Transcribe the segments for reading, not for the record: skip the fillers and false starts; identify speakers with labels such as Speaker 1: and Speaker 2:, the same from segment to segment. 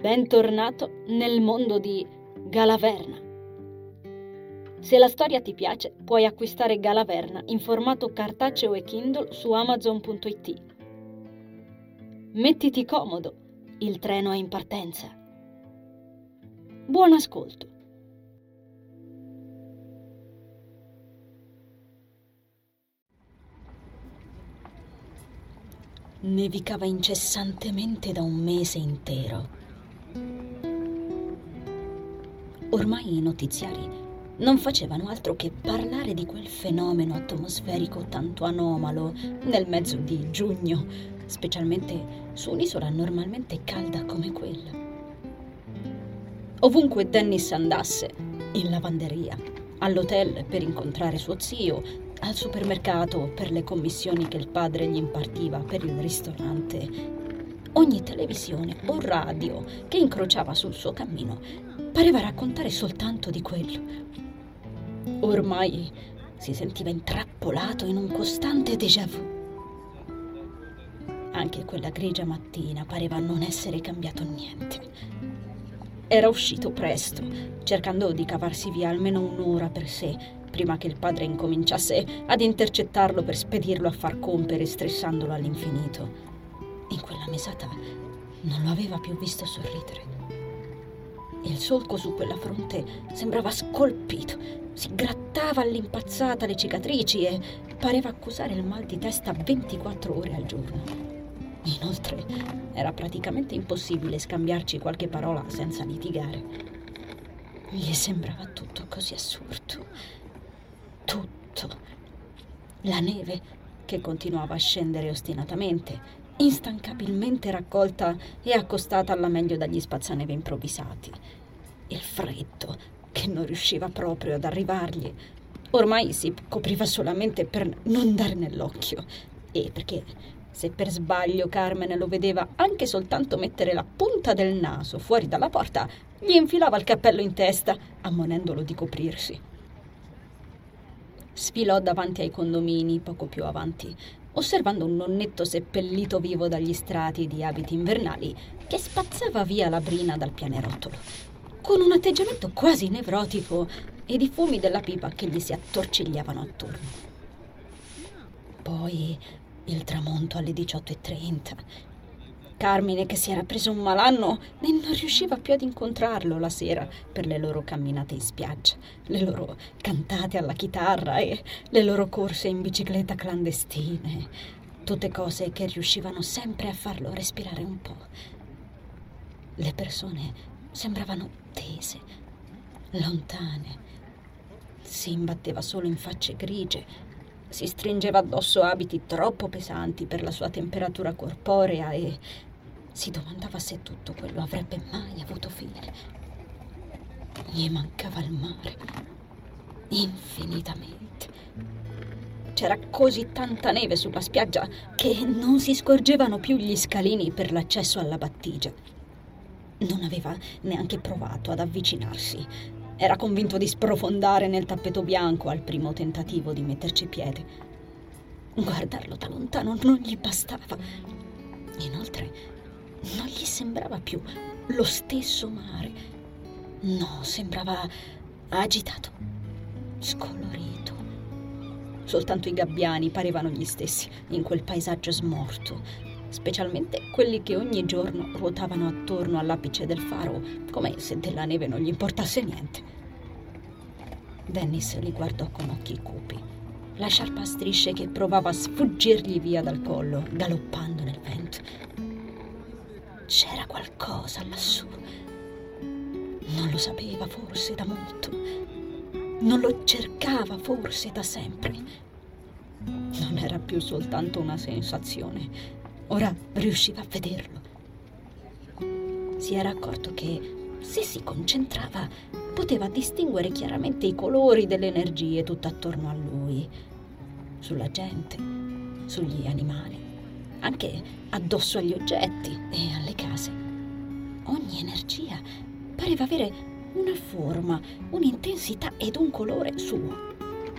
Speaker 1: Bentornato nel mondo di Galaverna. Se la storia ti piace, puoi acquistare Galaverna in formato cartaceo e Kindle su Amazon.it. Mettiti comodo, il treno è in partenza. Buon ascolto. Nevicava incessantemente da un mese intero. Ormai i notiziari non facevano altro che parlare di quel fenomeno atmosferico tanto anomalo nel mezzo di giugno, specialmente su un'isola normalmente calda come quella. Ovunque Dennis andasse, in lavanderia, all'hotel per incontrare suo zio, al supermercato per le commissioni che il padre gli impartiva per il ristorante, ogni televisione o radio che incrociava sul suo cammino pareva raccontare soltanto di quello. Ormai si sentiva intrappolato in un costante déjà vu. Anche quella grigia mattina pareva non essere cambiato niente. Era uscito presto, cercando di cavarsi via almeno un'ora per sé, prima che il padre incominciasse ad intercettarlo per spedirlo a far compere, stressandolo all'infinito. In quella mesata non lo aveva più visto sorridere. Il solco su quella fronte sembrava scolpito, si grattava all'impazzata le cicatrici e pareva accusare il mal di testa 24 ore al giorno. Inoltre era praticamente impossibile scambiarci qualche parola senza litigare. Gli sembrava tutto così assurdo. Tutto. La neve che continuava a scendere ostinatamente, instancabilmente raccolta e accostata alla meglio dagli spazzaneve improvvisati. Il freddo che non riusciva proprio ad arrivargli. Ormai si copriva solamente per non dare nell'occhio. E perché se per sbaglio Carmen lo vedeva anche soltanto mettere la punta del naso fuori dalla porta, gli infilava il cappello in testa, ammonendolo di coprirsi. Sfilò davanti ai condomini poco più avanti, osservando un nonnetto seppellito vivo dagli strati di abiti invernali che spazzava via la brina dal pianerottolo, con un atteggiamento quasi nevrotico ed i fumi della pipa che gli si attorcigliavano attorno. Poi il tramonto alle 18:30. Carmine, che si era preso un malanno e non riusciva più ad incontrarlo la sera per le loro camminate in spiaggia, le loro cantate alla chitarra e le loro corse in bicicletta clandestine, tutte cose che riuscivano sempre a farlo respirare un po'. Le persone sembravano tese, lontane. Si imbatteva solo in facce grigie, si stringeva addosso abiti troppo pesanti per la sua temperatura corporea e si domandava se tutto quello avrebbe mai avuto fine. Gli mancava il mare, infinitamente. C'era così tanta neve sulla spiaggia che non si scorgevano più gli scalini per l'accesso alla battigia. Non aveva neanche provato ad avvicinarsi. Era convinto di sprofondare nel tappeto bianco al primo tentativo di metterci piede. Guardarlo da lontano non gli bastava. Inoltre non gli sembrava più lo stesso mare. No, sembrava agitato, scolorito. Soltanto i gabbiani parevano gli stessi in quel paesaggio smorto, specialmente quelli che ogni giorno ruotavano attorno all'apice del faro, come se della neve non gli importasse niente. Dennis li guardò con occhi cupi, la sciarpa a strisce che provava a sfuggirgli via dal collo, galoppando nel vento. C'era qualcosa lassù. Non lo sapeva forse da molto. Non lo cercava forse da sempre. Non era più soltanto una sensazione. Ora riusciva a vederlo. Si era accorto che, se si concentrava, poteva distinguere chiaramente i colori delle energie tutt'attorno a lui, sulla gente, sugli animali, anche addosso agli oggetti e alle case. Ogni energia pareva avere una forma, un'intensità ed un colore suo.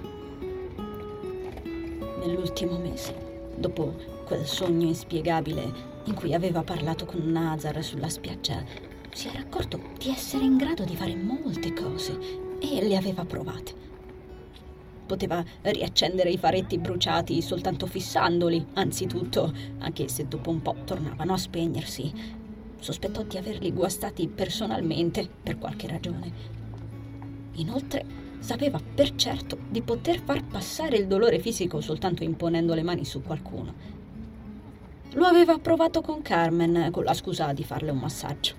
Speaker 1: Nell'ultimo mese, dopo quel sogno inspiegabile in cui aveva parlato con Nazar sulla spiaggia, si era accorto di essere in grado di fare molte cose e le aveva provate. Poteva riaccendere i faretti bruciati soltanto fissandoli, anzitutto, anche se dopo un po' tornavano a spegnersi. Sospettò di averli guastati personalmente per qualche ragione. Inoltre, sapeva per certo di poter far passare il dolore fisico soltanto imponendo le mani su qualcuno. Lo aveva provato con Carmen, con la scusa di farle un massaggio.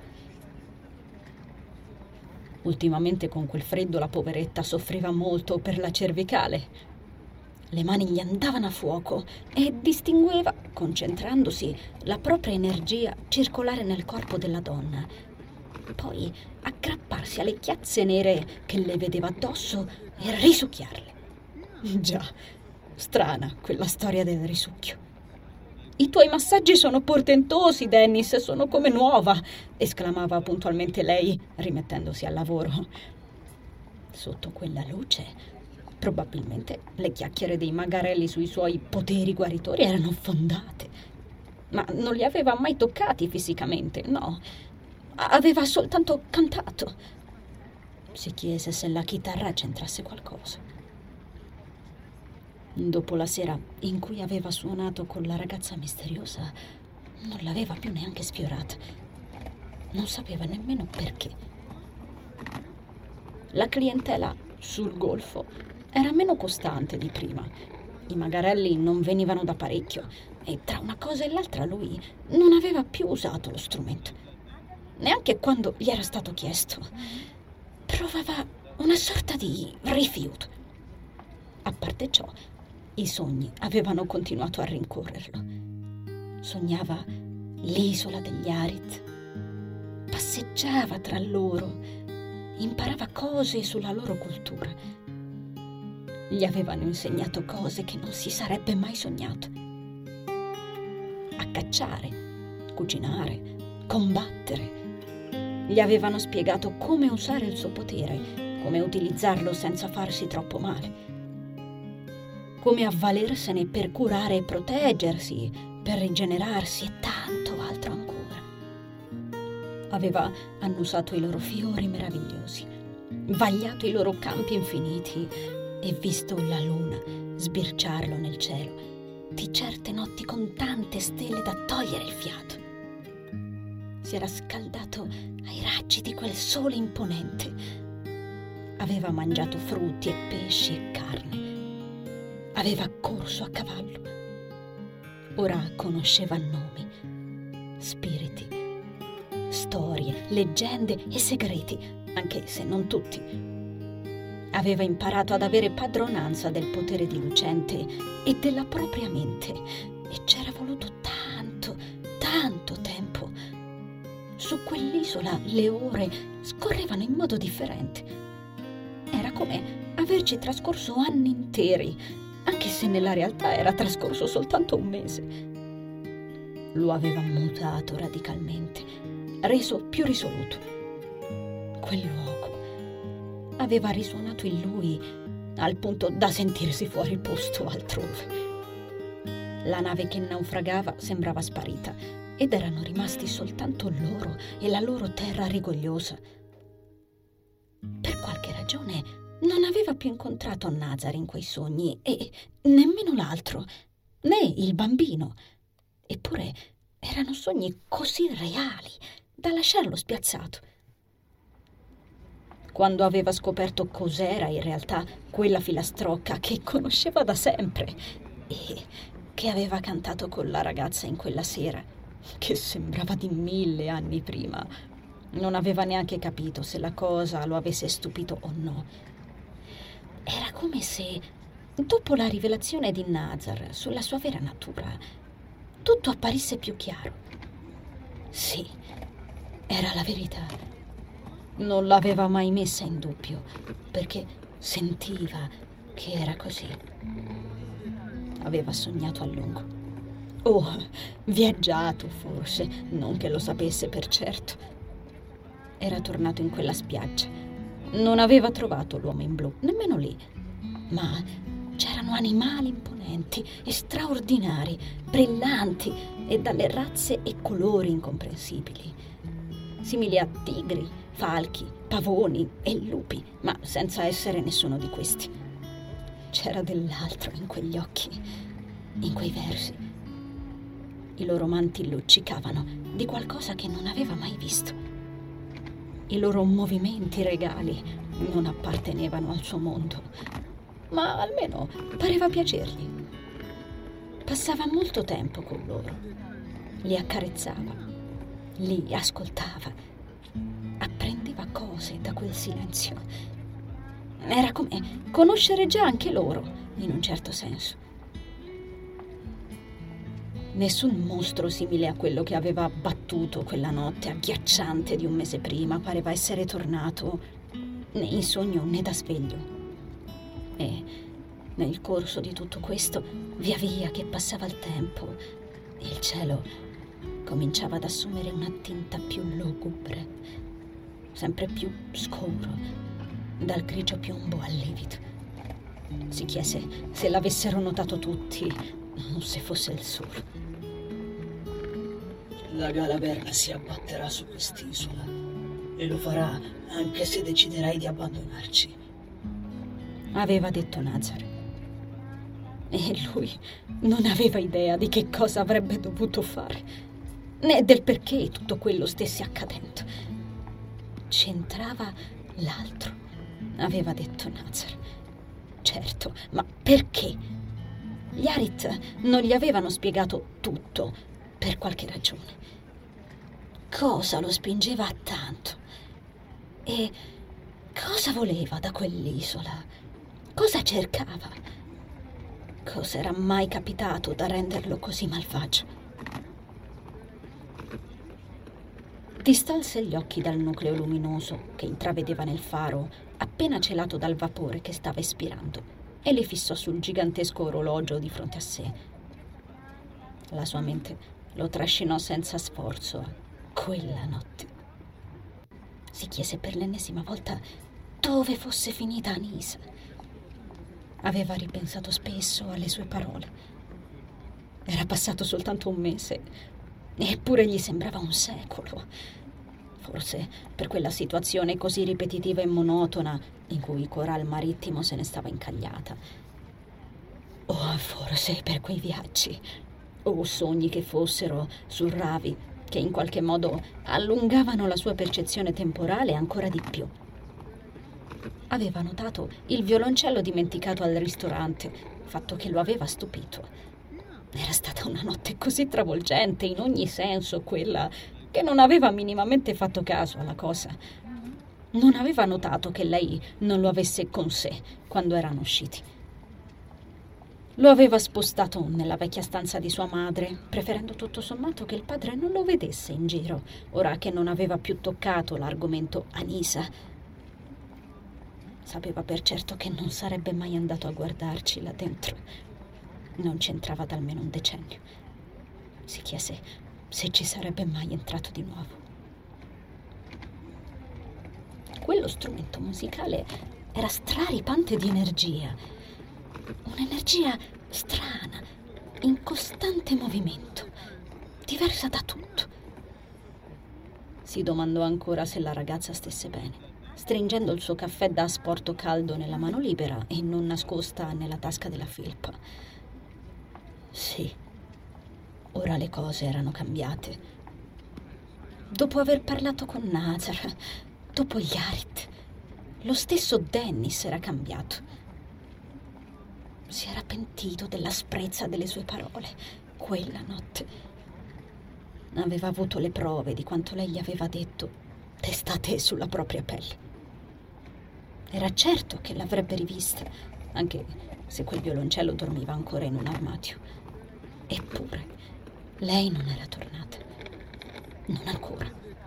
Speaker 1: Ultimamente con quel freddo la poveretta soffriva molto per la cervicale. Le mani gli andavano a fuoco e distingueva, concentrandosi, la propria energia circolare nel corpo della donna. Poi aggrapparsi alle chiazze nere che le vedeva addosso e risucchiarle. Già, strana quella storia del risucchio. «I tuoi massaggi sono portentosi, Dennis, sono come nuova!» esclamava puntualmente lei, rimettendosi al lavoro. Sotto quella luce, probabilmente le chiacchiere dei magarelli sui suoi poteri guaritori erano fondate. Ma non li aveva mai toccati fisicamente, no. Aveva soltanto cantato. Si chiese se la chitarra c'entrasse qualcosa. Dopo la sera in cui aveva suonato con la ragazza misteriosa, non l'aveva più neanche sfiorata. Non sapeva nemmeno perché. La clientela sul golfo era meno costante di prima. I magarelli non venivano da parecchio e tra una cosa e l'altra lui non aveva più usato lo strumento. Neanche quando gli era stato chiesto. Provava una sorta di rifiuto. A parte ciò, i sogni avevano continuato a rincorrerlo. Sognava l'isola degli Arit, passeggiava tra loro, imparava cose sulla loro cultura. Gli avevano insegnato cose che non si sarebbe mai sognato. A cacciare, cucinare, combattere. Gli avevano spiegato come usare il suo potere, come utilizzarlo senza farsi troppo male, come avvalersene per curare e proteggersi, per rigenerarsi e tanto altro ancora. Aveva annusato i loro fiori meravigliosi, vagliato i loro campi infiniti e visto la luna sbirciarlo nel cielo di certe notti con tante stelle da togliere il fiato. Si era scaldato ai raggi di quel sole imponente. Aveva mangiato frutti e pesci e carne. Aveva corso a cavallo. Ora conosceva nomi, spiriti, storie, leggende e segreti, anche se non tutti. Aveva imparato ad avere padronanza del potere di Lucente e della propria mente, e c'era voluto tanto, tanto tempo. Su quell'isola le ore scorrevano in modo differente. Era come averci trascorso anni interi, anche se nella realtà era trascorso soltanto un mese. Lo aveva mutato radicalmente, reso più risoluto. Quel luogo aveva risuonato in lui al punto da sentirsi fuori posto altrove. La nave che naufragava sembrava sparita ed erano rimasti soltanto loro e la loro terra rigogliosa. Per qualche ragione non aveva più incontrato Nazar in quei sogni e nemmeno l'altro, né il bambino. Eppure erano sogni così reali da lasciarlo spiazzato. Quando aveva scoperto cos'era in realtà quella filastrocca che conosceva da sempre e che aveva cantato con la ragazza in quella sera, che sembrava di 1000 anni prima, non aveva neanche capito se la cosa lo avesse stupito o no. Era come se, dopo la rivelazione di Nazar sulla sua vera natura, tutto apparisse più chiaro. Sì, era la verità. Non l'aveva mai messa in dubbio, perché sentiva che era così. Aveva sognato a lungo. Oh, viaggiato forse, non che lo sapesse per certo. Era tornato in quella spiaggia. Non aveva trovato l'uomo in blu, nemmeno lì, ma c'erano animali imponenti e straordinari, brillanti e dalle razze e colori incomprensibili. simili a tigri, falchi, pavoni e lupi, ma senza essere nessuno di questi. C'era dell'altro in quegli occhi, in quei versi. I loro manti luccicavano di qualcosa che non aveva mai visto. I loro movimenti regali non appartenevano al suo mondo, ma almeno pareva piacergli. Passava molto tempo con loro, li accarezzava, li ascoltava, apprendeva cose da quel silenzio. Era come conoscere già anche loro, in un certo senso. Nessun mostro simile a quello che aveva abbattuto quella notte agghiacciante di un mese prima pareva essere tornato, né in sogno né da sveglio. E nel corso di tutto questo, via via che passava il tempo, il cielo cominciava ad assumere una tinta più lugubre, sempre più scuro, dal grigio piombo al livido. Si chiese se l'avessero notato tutti o se fosse il solo.
Speaker 2: La Galaverna si abbatterà su quest'isola e lo farà anche se deciderai di abbandonarci,
Speaker 1: aveva detto Nazar. E lui non aveva idea di che cosa avrebbe dovuto fare, né del perché tutto quello stesse accadendo. C'entrava l'altro, aveva detto Nazar. Certo, ma perché? Gli Arit non gli avevano spiegato tutto per qualche ragione. Cosa lo spingeva a tanto? E cosa voleva da quell'isola? Cosa cercava? Cosa era mai capitato da renderlo così malvagio? Distolse gli occhi dal nucleo luminoso che intravedeva nel faro appena celato dal vapore che stava espirando e li fissò sul gigantesco orologio di fronte a sé. La sua mente lo trascinò senza sforzo a quella notte. Si chiese per l'ennesima volta dove fosse finita Anisa. Aveva ripensato spesso alle sue parole. Era passato soltanto un mese, eppure gli sembrava un secolo. Forse per quella situazione così ripetitiva e monotona in cui Coral Marittimo se ne stava incagliata. O forse per quei viaggi, o sogni che fossero su Ravi, che in qualche modo allungavano la sua percezione temporale ancora di più. Aveva notato il violoncello dimenticato al ristorante, fatto che lo aveva stupito. Era stata una notte così travolgente in ogni senso quella, che non aveva minimamente fatto caso alla cosa. Non aveva notato che lei non lo avesse con sé quando erano usciti. Lo aveva spostato nella vecchia stanza di sua madre, preferendo tutto sommato che il padre non lo vedesse in giro, ora che non aveva più toccato l'argomento Anisa. Sapeva per certo che non sarebbe mai andato a guardarci là dentro. Non c'entrava da almeno un decennio. Si chiese se ci sarebbe mai entrato di nuovo. Quello strumento musicale era straripante di energia. Un'energia strana, in costante movimento, diversa da tutto. Si domandò ancora se la ragazza stesse bene, stringendo il suo caffè da asporto caldo nella mano libera e non nascosta nella tasca della felpa. Sì, ora le cose erano cambiate. Dopo aver parlato con Nazar, dopo gli Arit, lo stesso Dennis era cambiato. Si era pentito dell'asprezza delle sue parole quella notte. Aveva avuto le prove di quanto lei gli aveva detto, testate sulla propria pelle. Era certo che l'avrebbe rivista, anche se quel violoncello dormiva ancora in un armadio. Eppure, lei non era tornata. Non ancora.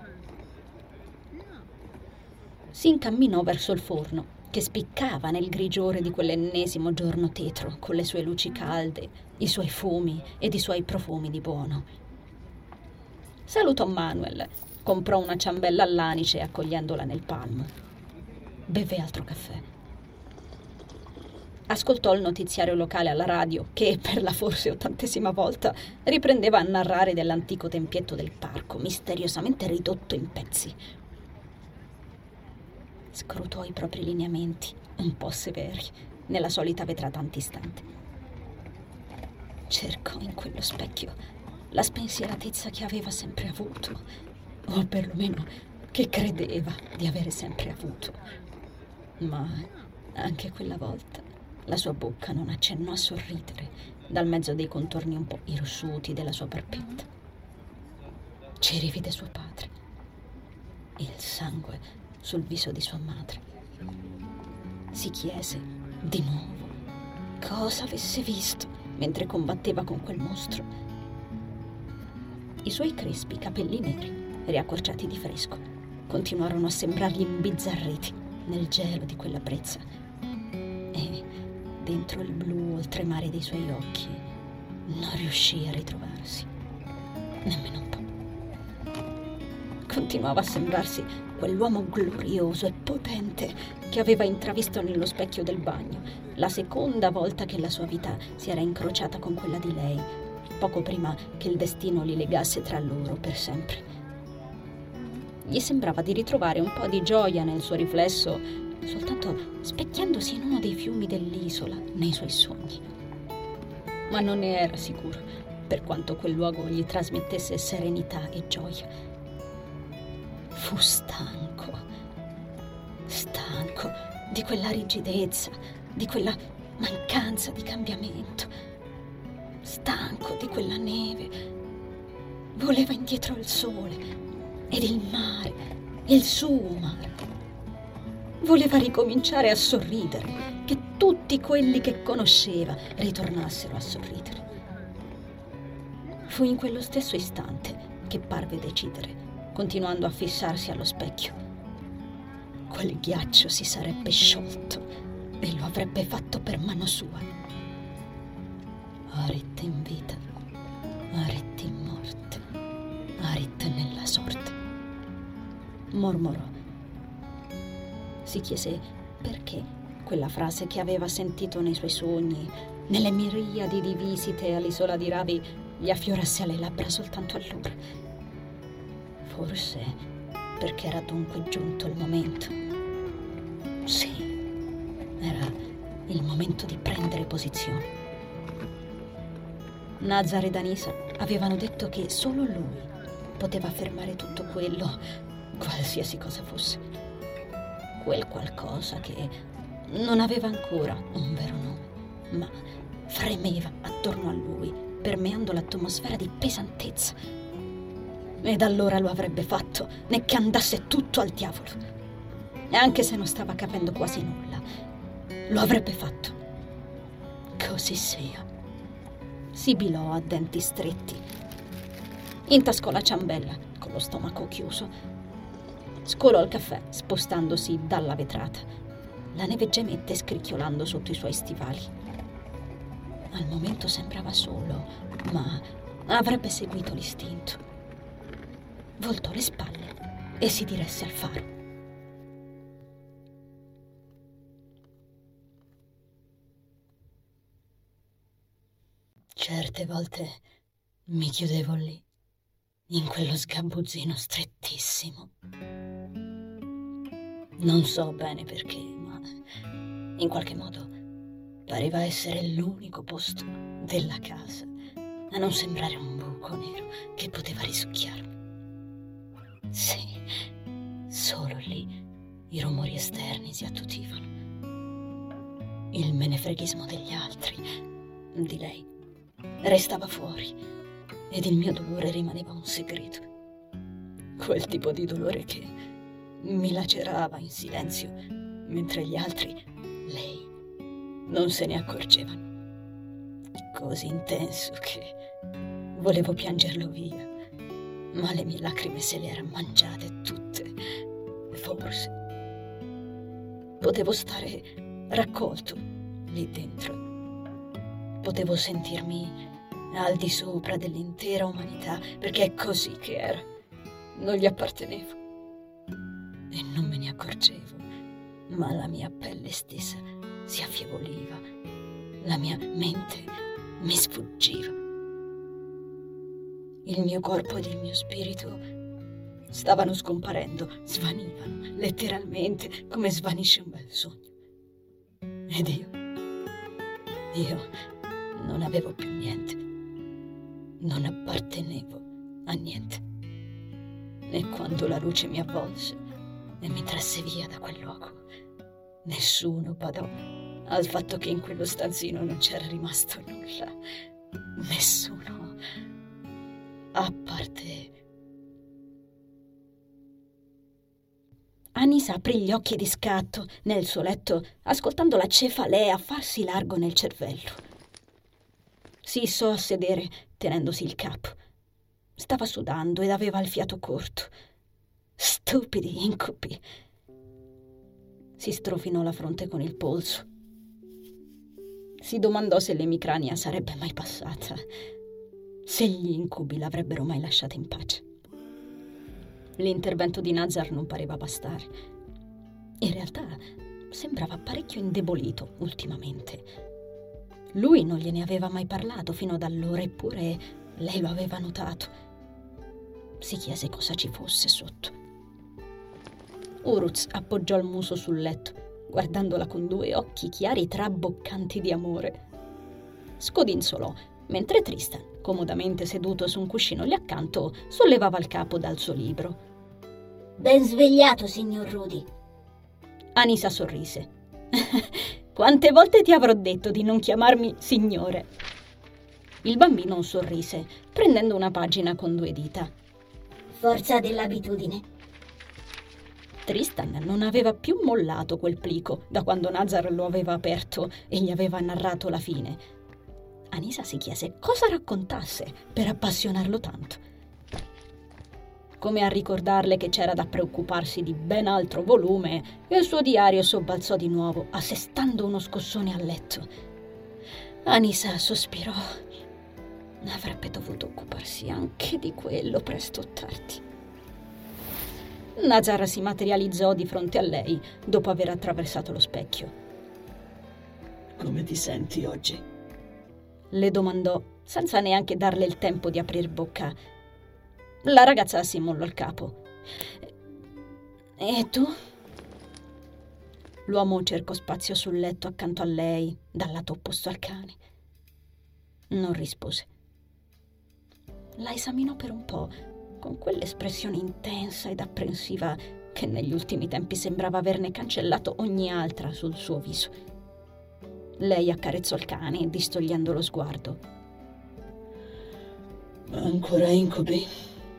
Speaker 1: Si incamminò verso il forno, che spiccava nel grigiore di quell'ennesimo giorno tetro, con le sue luci calde, i suoi fumi ed i suoi profumi di buono. Salutò Manuel, comprò una ciambella all'anice accogliendola nel palmo. Beve altro caffè. Ascoltò il notiziario locale alla radio che, per la forse 80ª volta, riprendeva a narrare dell'antico tempietto del parco, misteriosamente ridotto in pezzi. Scrutò i propri lineamenti, un po' severi, nella solita vetrata antistante. Cercò in quello specchio la spensieratezza che aveva sempre avuto, o perlomeno che credeva di avere sempre avuto. Ma anche quella volta la sua bocca non accennò a sorridere dal mezzo dei contorni un po' irsuti della sua parpetta. Ci rivide suo padre, il sangue sul viso di sua madre. Si chiese di nuovo cosa avesse visto mentre combatteva con quel mostro. I suoi crespi capelli neri, riaccorciati di fresco, continuarono a sembrargli imbizzarriti nel gelo di quella brezza, e dentro il blu oltremare dei suoi occhi non riuscì a ritrovarsi nemmeno un po'. Continuava a sembrarsi quell'uomo glorioso e potente che aveva intravisto nello specchio del bagno la seconda volta che la sua vita si era incrociata con quella di lei, poco prima che il destino li legasse tra loro per sempre. Gli sembrava di ritrovare un po' di gioia nel suo riflesso soltanto specchiandosi in uno dei fiumi dell'isola nei suoi sogni. Ma non ne era sicuro, per quanto quel luogo gli trasmettesse serenità e gioia. Fu stanco di quella rigidezza, di quella mancanza di cambiamento, stanco di quella neve. Voleva indietro il sole ed il mare, il suo mare. Voleva ricominciare a sorridere, che tutti quelli che conosceva ritornassero a sorridere. Fu in quello stesso istante che parve decidere, continuando a fissarsi allo specchio. Quel ghiaccio si sarebbe sciolto e lo avrebbe fatto per mano sua. Arit in vita, Arit in morte, Arit nella sorte, mormorò. Si chiese perché quella frase che aveva sentito nei suoi sogni, nelle miriadi di visite all'isola di Ravi, gli affiorasse alle labbra soltanto allora. Forse perché era dunque giunto il momento. Sì, era il momento di prendere posizione. Nazar ed Anisa avevano detto che solo lui poteva fermare tutto quello, qualsiasi cosa fosse. Quel qualcosa che non aveva ancora un vero nome, ma fremeva attorno a lui, permeando l'atmosfera di pesantezza. Ed allora lo avrebbe fatto, né che andasse tutto al diavolo. E anche se non stava capendo quasi nulla, lo avrebbe fatto. Così sia. Sibilò a denti stretti. Intascò la ciambella con lo stomaco chiuso. Scolò il caffè spostandosi dalla vetrata. La neve gemette scricchiolando sotto i suoi stivali. Al momento sembrava solo, ma avrebbe seguito l'istinto. Voltò le spalle e si diresse al faro. Certe volte mi chiudevo lì, in quello sgabuzzino strettissimo. Non so bene perché, ma in qualche modo pareva essere l'unico posto della casa a non sembrare un buco nero che poteva risucchiarmi. Sì, solo lì i rumori esterni si attutivano. Il menefreghismo degli altri, di lei, restava fuori ed il mio dolore rimaneva un segreto. Quel tipo di dolore che mi lacerava in silenzio mentre gli altri, lei, non se ne accorgevano. Così intenso che volevo piangerlo via, ma le mie lacrime se le erano mangiate tutte. Forse potevo stare raccolto lì dentro. Potevo sentirmi al di sopra dell'intera umanità, perché è così che era. Non gli appartenevo e non me ne accorgevo, ma la mia pelle stessa si affieoliva. La mia mente mi sfuggiva. Il mio corpo ed il mio spirito stavano scomparendo, svanivano, letteralmente come svanisce un bel sogno. Ed io non avevo più niente, non appartenevo a niente. E quando la luce mi avvolse e mi trasse via da quel luogo, nessuno badò al fatto che in quello stanzino non c'era rimasto nulla. Nessuno, a parte... Anis aprì gli occhi di scatto nel suo letto, ascoltando la cefalea farsi largo nel cervello. Si issò a sedere, tenendosi il capo. Stava sudando ed aveva il fiato corto. Stupidi incubi. Si strofinò la fronte con il polso. Si domandò se l'emicrania sarebbe mai passata, se gli incubi l'avrebbero mai lasciata in pace. L'intervento di Nazar non pareva bastare. In realtà sembrava parecchio indebolito ultimamente. Lui non gliene aveva mai parlato fino ad allora, eppure lei lo aveva notato. Si chiese cosa ci fosse sotto. Uruz appoggiò il muso sul letto, guardandola con due occhi chiari traboccanti di amore. Scodinzolò, mentre Tristan, comodamente seduto su un cuscino lì accanto, sollevava il capo dal suo libro.
Speaker 3: Ben svegliato, signor Rudy.
Speaker 1: Anisa sorrise. Quante volte ti avrò detto di non chiamarmi signore? Il bambino sorrise, prendendo una pagina con 2 dita.
Speaker 3: Forza dell'abitudine.
Speaker 1: Tristan non aveva più mollato quel plico da quando Nazar lo aveva aperto e gli aveva narrato la fine. Anisa si chiese cosa raccontasse per appassionarlo tanto. Come a ricordarle che c'era da preoccuparsi di ben altro volume, il suo diario sobbalzò di nuovo, assestando uno scossone a letto. Anisa sospirò. Avrebbe dovuto occuparsi anche di quello presto o tardi. Nazar si materializzò di fronte a lei dopo aver attraversato lo specchio.
Speaker 2: Come ti senti oggi?
Speaker 1: Le domandò, senza neanche darle il tempo di aprir bocca. La ragazza si mollò il capo. E tu? L'uomo cercò spazio sul letto accanto a lei, dal lato opposto al cane. Non rispose. La esaminò per un po', con quell'espressione intensa ed apprensiva che negli ultimi tempi sembrava averne cancellato ogni altra sul suo viso. Lei accarezzò il cane, distogliendo lo sguardo.
Speaker 2: Ancora incubi?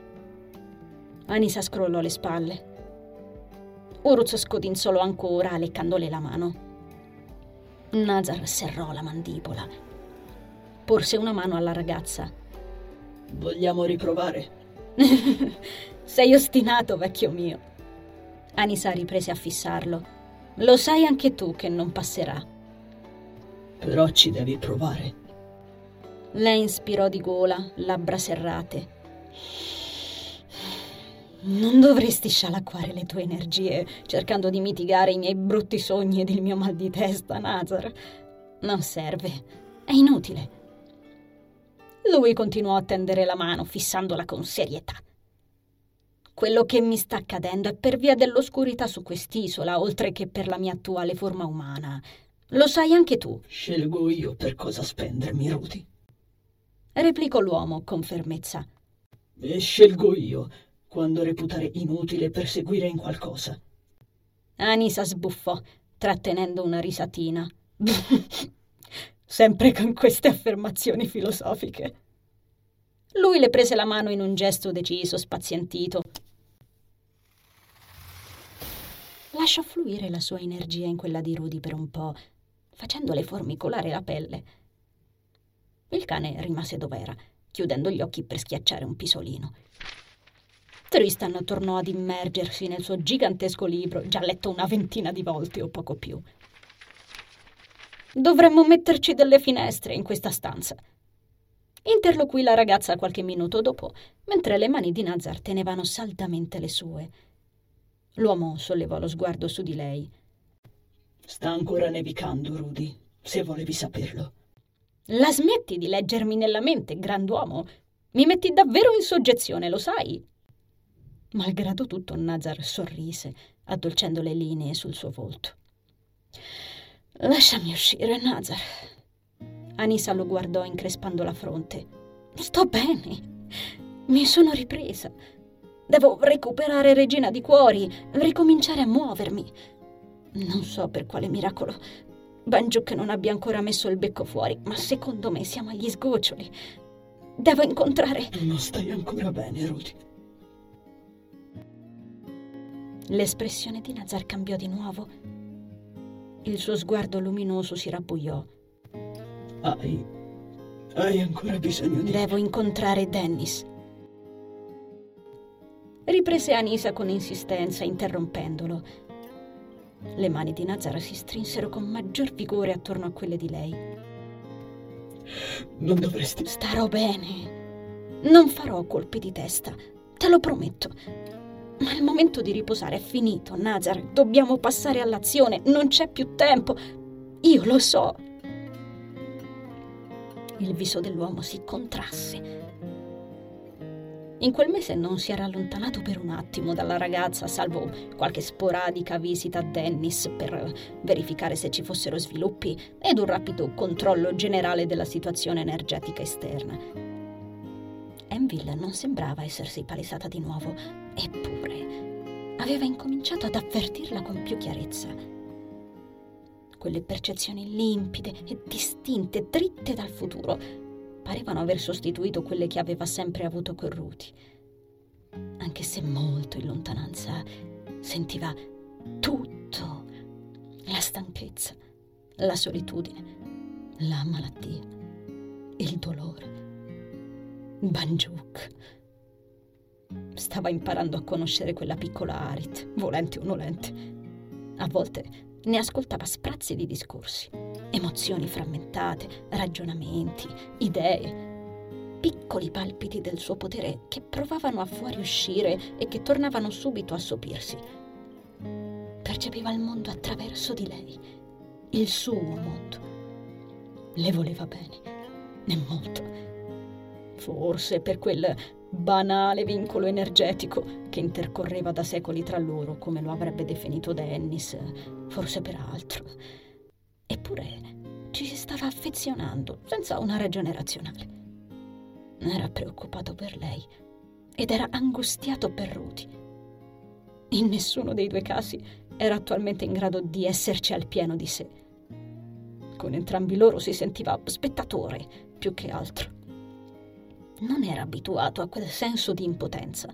Speaker 1: Anisa scrollò le spalle. Uruz scodinzolò ancora, leccandole la mano. Nazar serrò la mandibola. Porse una mano alla ragazza.
Speaker 2: Vogliamo riprovare?
Speaker 1: Sei ostinato, vecchio mio. Anisa riprese a fissarlo. Lo sai anche tu che non passerà.
Speaker 2: Però ci devi provare.
Speaker 1: Lei inspirò di gola, labbra serrate. Non dovresti scialacquare le tue energie cercando di mitigare i miei brutti sogni ed il mio mal di testa, Nazar. Non serve, è inutile. Lui continuò a tendere la mano, fissandola con serietà. Quello che mi sta accadendo è per via dell'oscurità su quest'isola, oltre che per la mia attuale forma umana. Lo sai anche tu.
Speaker 2: Scelgo io per cosa spendermi, Rudy.
Speaker 1: Replicò l'uomo con fermezza.
Speaker 2: E scelgo io quando reputare inutile perseguire in qualcosa.
Speaker 1: Anisa sbuffò, trattenendo una risatina. Sempre con queste affermazioni filosofiche. Lui le prese la mano in un gesto deciso, spazientito. Lasciò fluire la sua energia in quella di Rudy per un po', facendole formicolare la pelle. Il cane rimase dov'era, chiudendo gli occhi per schiacciare un pisolino. Tristan tornò ad immergersi nel suo gigantesco libro, già letto una ventina di volte o poco più. Dovremmo metterci delle finestre in questa stanza. Interloquì la ragazza qualche minuto dopo, mentre le mani di Nazar tenevano saldamente le sue. L'uomo sollevò lo sguardo su di lei.
Speaker 2: Sta ancora nevicando, Rudy, se volevi saperlo.
Speaker 1: La smetti di leggermi nella mente, grand'uomo? Mi metti davvero in soggezione, lo sai? Malgrado tutto, Nazar sorrise, addolcendo le linee sul suo volto. Lasciami uscire, Nazar. Anisa lo guardò increspando la fronte. Sto bene. Mi sono ripresa. Devo recuperare Regina di Cuori, ricominciare a muovermi. Non so per quale miracolo Banjuk non abbia ancora messo il becco fuori, ma secondo me siamo agli sgoccioli. Devo incontrare...
Speaker 2: Non stai ancora bene, Rudy.
Speaker 1: L'espressione di Nazar cambiò di nuovo. Il suo sguardo luminoso si rabbuiò.
Speaker 2: Hai ancora bisogno di...
Speaker 1: Devo incontrare Dennis. Riprese Anisa con insistenza, interrompendolo. Le mani di Nazar si strinsero con maggior vigore attorno a quelle di lei.
Speaker 2: Non dovresti...
Speaker 1: Starò bene. Non farò colpi di testa, te lo prometto. Ma il momento di riposare è finito, Nazar. Dobbiamo passare all'azione, non c'è più tempo. Io lo so. Il viso dell'uomo si contrasse. In quel mese non si era allontanato per un attimo dalla ragazza, salvo qualche sporadica visita a Dennis per verificare se ci fossero sviluppi ed un rapido controllo generale della situazione energetica esterna. Enville non sembrava essersi palesata di nuovo, eppure aveva incominciato ad avvertirla con più chiarezza. Quelle percezioni limpide e distinte, dritte dal futuro, parevano aver sostituito quelle che aveva sempre avuto con Rudy. Anche se molto in lontananza, sentiva tutto: la stanchezza, la solitudine, la malattia, il dolore. Banjuk. Stava imparando a conoscere quella piccola Arit, volente o nolente. A volte ne ascoltava sprazzi di discorsi, emozioni frammentate, ragionamenti, idee, piccoli palpiti del suo potere che provavano a fuoriuscire e che tornavano subito a sopirsi. Percepiva il mondo attraverso di lei, il suo mondo. Le voleva bene, e molto. Forse per quel banale vincolo energetico che intercorreva da secoli tra loro, come lo avrebbe definito Dennis, forse per altro. Eppure ci si stava affezionando senza una ragione razionale. Era preoccupato per lei ed era angustiato per Rudy. In nessuno dei due casi era attualmente in grado di esserci al pieno di sé. Con entrambi loro si sentiva spettatore più che altro. Non era abituato a quel senso di impotenza.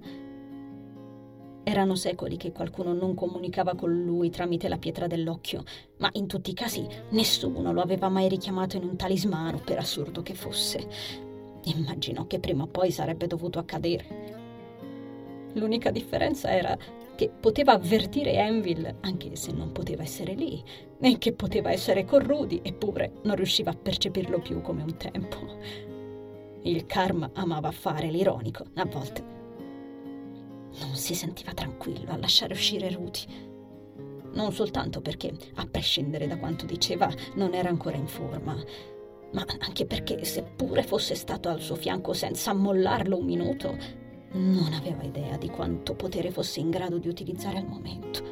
Speaker 1: Erano secoli che qualcuno non comunicava con lui tramite la pietra dell'occhio, ma in tutti i casi nessuno lo aveva mai richiamato in un talismano, per assurdo che fosse. Immaginò che prima o poi sarebbe dovuto accadere. L'unica differenza era che poteva avvertire Enville, anche se non poteva essere lì, e che poteva essere con Rudy, eppure non riusciva a percepirlo più come un tempo. Il karma amava fare l'ironico, a volte. Non si sentiva tranquillo a lasciare uscire Rudy. Non soltanto perché, a prescindere da quanto diceva, non era ancora in forma, ma anche perché, seppure fosse stato al suo fianco senza mollarlo un minuto, non aveva idea di quanto potere fosse in grado di utilizzare al momento.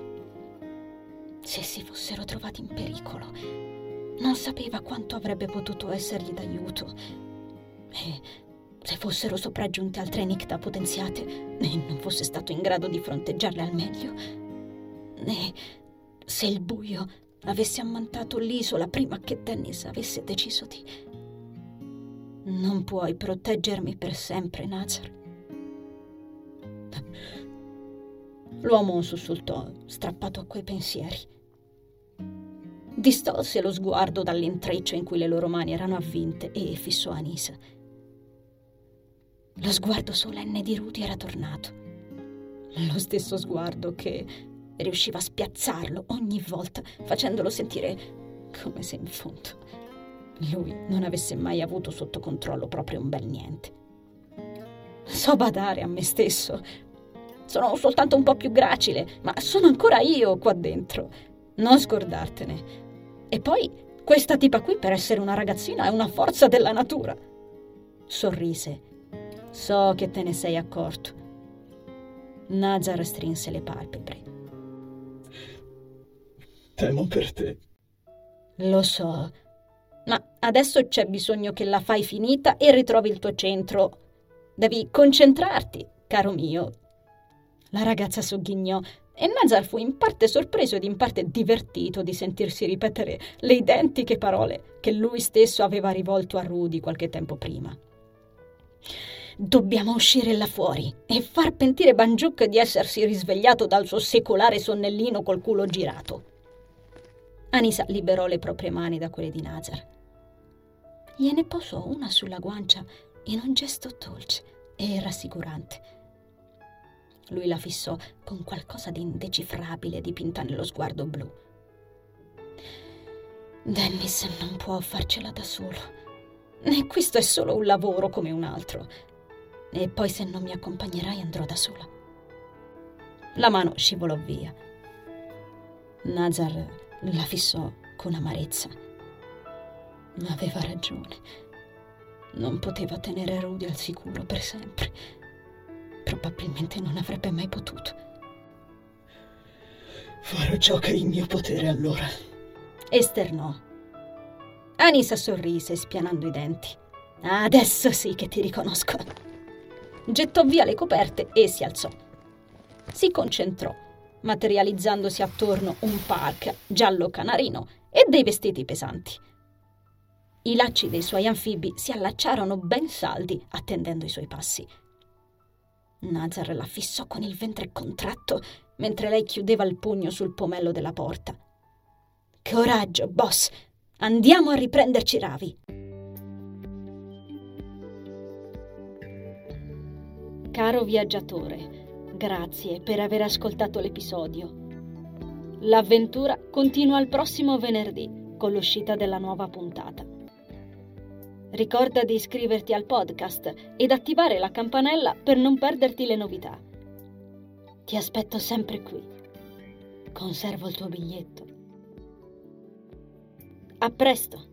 Speaker 1: Se si fossero trovati in pericolo, non sapeva quanto avrebbe potuto essergli d'aiuto. E se fossero sopraggiunte altre Nikta potenziate e non fosse stato in grado di fronteggiarle al meglio, e se il buio avesse ammantato l'isola prima che Dennis avesse deciso di... Non puoi proteggermi per sempre, Nazar. L'uomo sussultò, strappato a quei pensieri. Distolse lo sguardo dall'intreccio in cui le loro mani erano avvinte e fissò Anisa. Lo sguardo solenne di Rudy era tornato. Lo stesso sguardo che riusciva a spiazzarlo ogni volta, facendolo sentire come se in fondo lui non avesse mai avuto sotto controllo proprio un bel niente. So badare a me stesso. Sono soltanto un po' più gracile, ma sono ancora io qua dentro. Non scordartene. E poi, questa tipa qui, per essere una ragazzina, è una forza della natura. Sorrise. So che te ne sei accorto. Nazar strinse le palpebre.
Speaker 2: Temo per te.
Speaker 1: Lo so, ma adesso c'è bisogno che la fai finita e ritrovi il tuo centro. Devi concentrarti, caro mio. La ragazza sogghignò e Nazar fu in parte sorpreso ed in parte divertito di sentirsi ripetere le identiche parole che lui stesso aveva rivolto a Rudy qualche tempo prima. Dobbiamo uscire là fuori e far pentire Banjuk di essersi risvegliato dal suo secolare sonnellino col culo girato. Anisa liberò le proprie mani da quelle di Nazar. Gliene posò una sulla guancia in un gesto dolce e rassicurante. Lui la fissò con qualcosa di indecifrabile dipinta nello sguardo blu. Dennis non può farcela da solo. E questo è solo un lavoro come un altro. E poi se non mi accompagnerai andrò da sola. La mano scivolò via. Nazar la fissò con amarezza. Ma aveva ragione. Non poteva tenere Rudy al sicuro per sempre. Probabilmente non avrebbe mai potuto.
Speaker 2: Farò ciò che è in mio potere allora.
Speaker 1: Esternò. Anisa sorrise spianando i denti. Adesso sì che ti riconosco. Gettò via le coperte e si alzò. Si concentrò, materializzandosi attorno un park giallo canarino e dei vestiti pesanti. I lacci dei suoi anfibi si allacciarono ben saldi attendendo i suoi passi. Nazar la fissò con il ventre contratto mentre lei chiudeva il pugno sul pomello della porta. Coraggio, boss! Andiamo a riprenderci Ravi! Caro viaggiatore, grazie per aver ascoltato l'episodio. L'avventura continua il prossimo venerdì con l'uscita della nuova puntata. Ricorda di iscriverti al podcast ed attivare la campanella per non perderti le novità. Ti aspetto sempre qui. Conservo il tuo biglietto. A presto!